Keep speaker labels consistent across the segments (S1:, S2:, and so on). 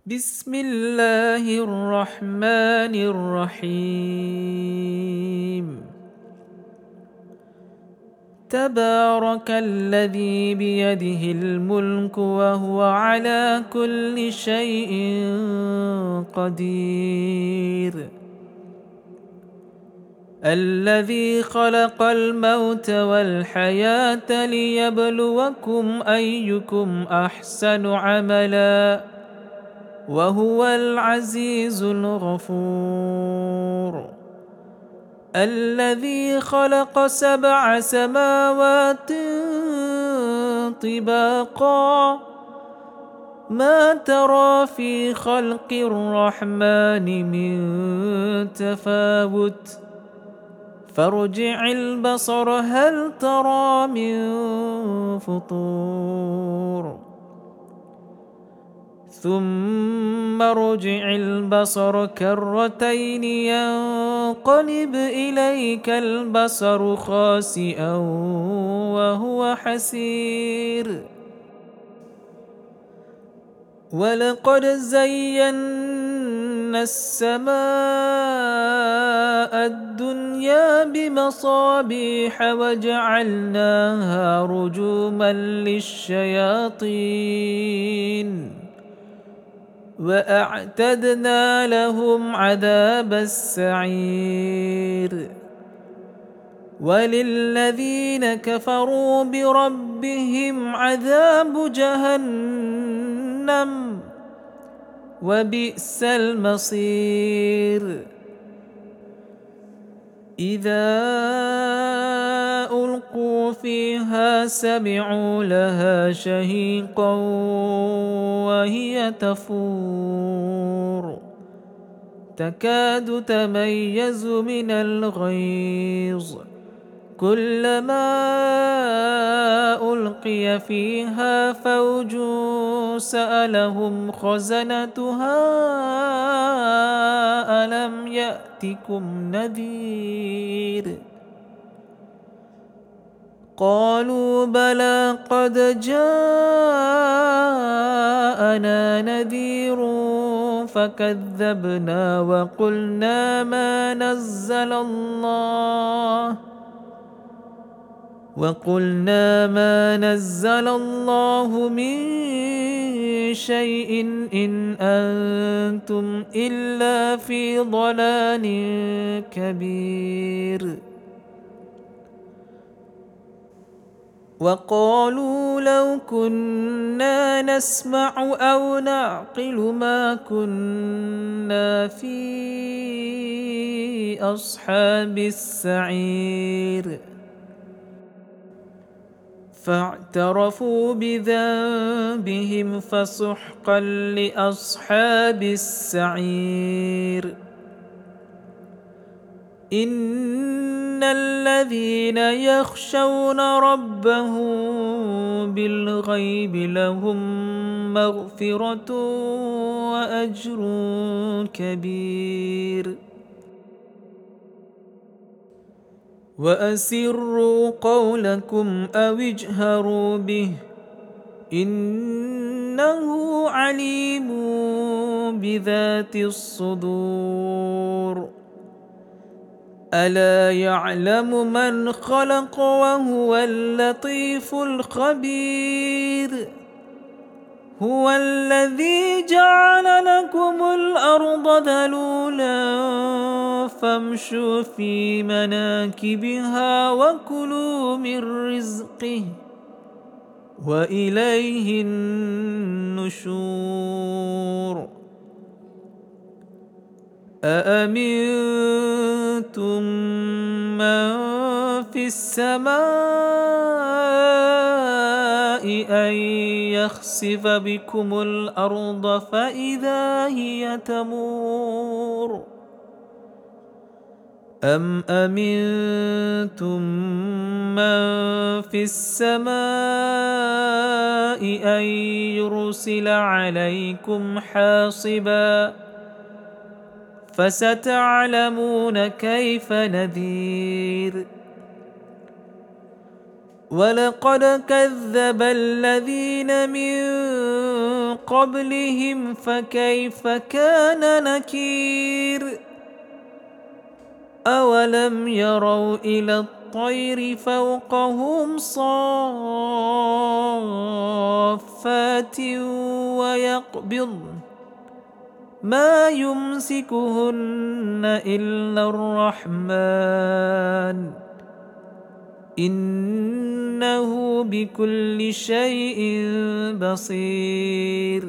S1: بسم الله الرحمن الرحيم. تبارك الذي بيده الملك وهو على كل شيء قدير. الذي خلق الموت والحياة ليبلوكم أيكم أحسن عملا وهو العزيز الغفور. الذي خلق 7 سماوات طباقا ما ترى في خلق الرحمن من تفاوت فارجع البصر هل ترى من فطور ثم ارجع البصر كرتين ينقلب إليك البصر خاسئا وهو حسير. ولقد زينا السماء الدنيا بمصابيح وجعلناها رجوما للشياطين وأعتدنا لهم عذاب السعير. وللذين كفروا بربهم عذاب جهنم وبئس المصير. إذا ألقوا فيها سمعوا لها شهيقا وهي تفور تكاد تميز من الغيظ كلما ألقي فيها فوج سألهم خزنتها ألم يأتكم نذير قالوا بلى قد جاءنا نذير فكذبنا وقلنا ما نزل الله من شيء إن أنتم إلا في ضلال كبير. وقالوا لو كنا نسمع أو نعقل ما كنا في أصحاب السعير فاعترفوا بذنبهم فسحقا لأصحاب السعير. إن الذين يخشون ربهم بالغيب لهم مغفرة وأجر كبير. وأسروا قولكم أو اجهروا به إنه عليم بذات الصدور. ألا يعلم من خلق وهو اللطيف الخبير. هو الذي جعل لكم الأرض ذلولا فامشوا في مناكبها وكلوا من رزقه وإليه النشور. أأمنتم من في السماء أن يخسف بكم الأرض فإذا هي تمور أم أمنتم من في السماء أن يرسل عليكم حاصبا فستعلمون كيف نذير. ولقد كذب الذين من قبلهم فكيف كان نكير أولم يروا إلى الطير فوقهم صافات ويقبضن ما يمسكهن إلا الرحمن إنه بكل شيء بصير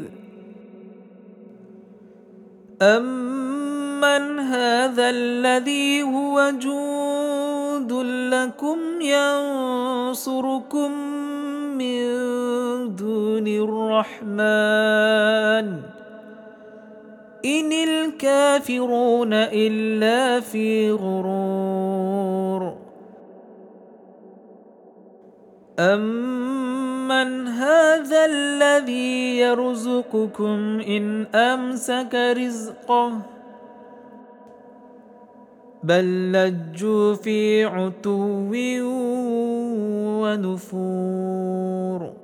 S1: أمن هذا الذي هو جند لكم ينصركم من دون الرحمن إن الكافرون إلا في غرور أمن هذا الذي يرزقكم إن أمسك رزقه بل لجوا في عتو ونفور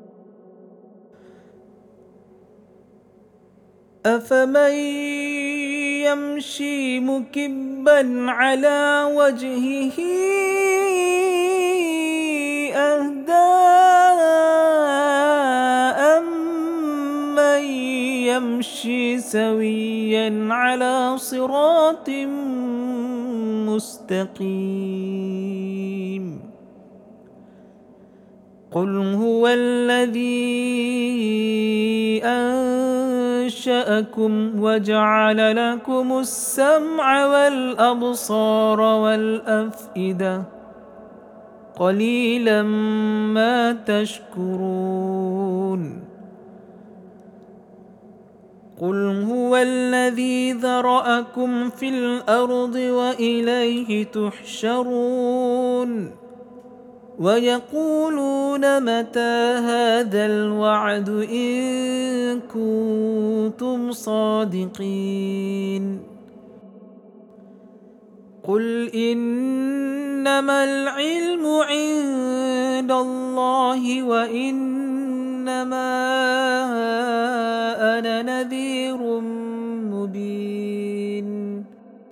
S1: أفمن يمشي مكبا على وجهه أهدى أمن يمشي سويا على صراط مستقيم قل هو الذي أنشأكم وجعل لكم السمع والأبصار والأفئدة قليلا ما تشكرون قل هو الذي ذرأكم في الأرض وإليه تحشرون ويقولون متى هذا الوعد إن كنتم صادقين قل إنما العلم عند الله وإنما أنا نذير مبين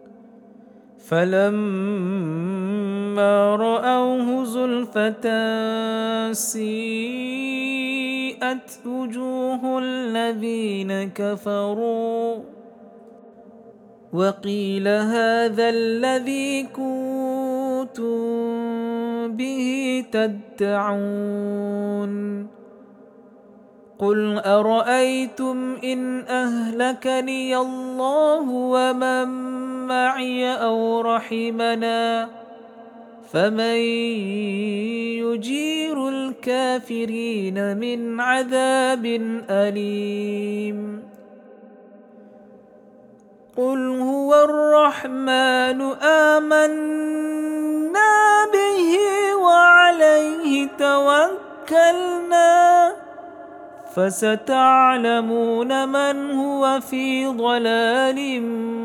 S1: فلما رأوه زلفة سيئت وجوه الذين كفروا وقيل هذا الذي كنتم به تدعون قل أرأيتم إن أهلكني الله ومن معي أو رحمنا فمن يجير الكافرين من عذاب أليم قل هو الرحمن آمنا به وعليه توكلنا فستعلمون من هو في ضلال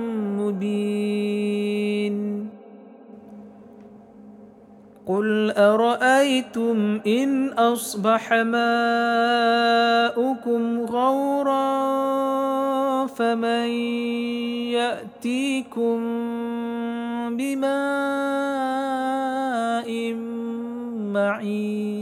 S1: مبين قل أرأيتم إن أصبح ماؤكم غورا فمن يأتيكم بماء معين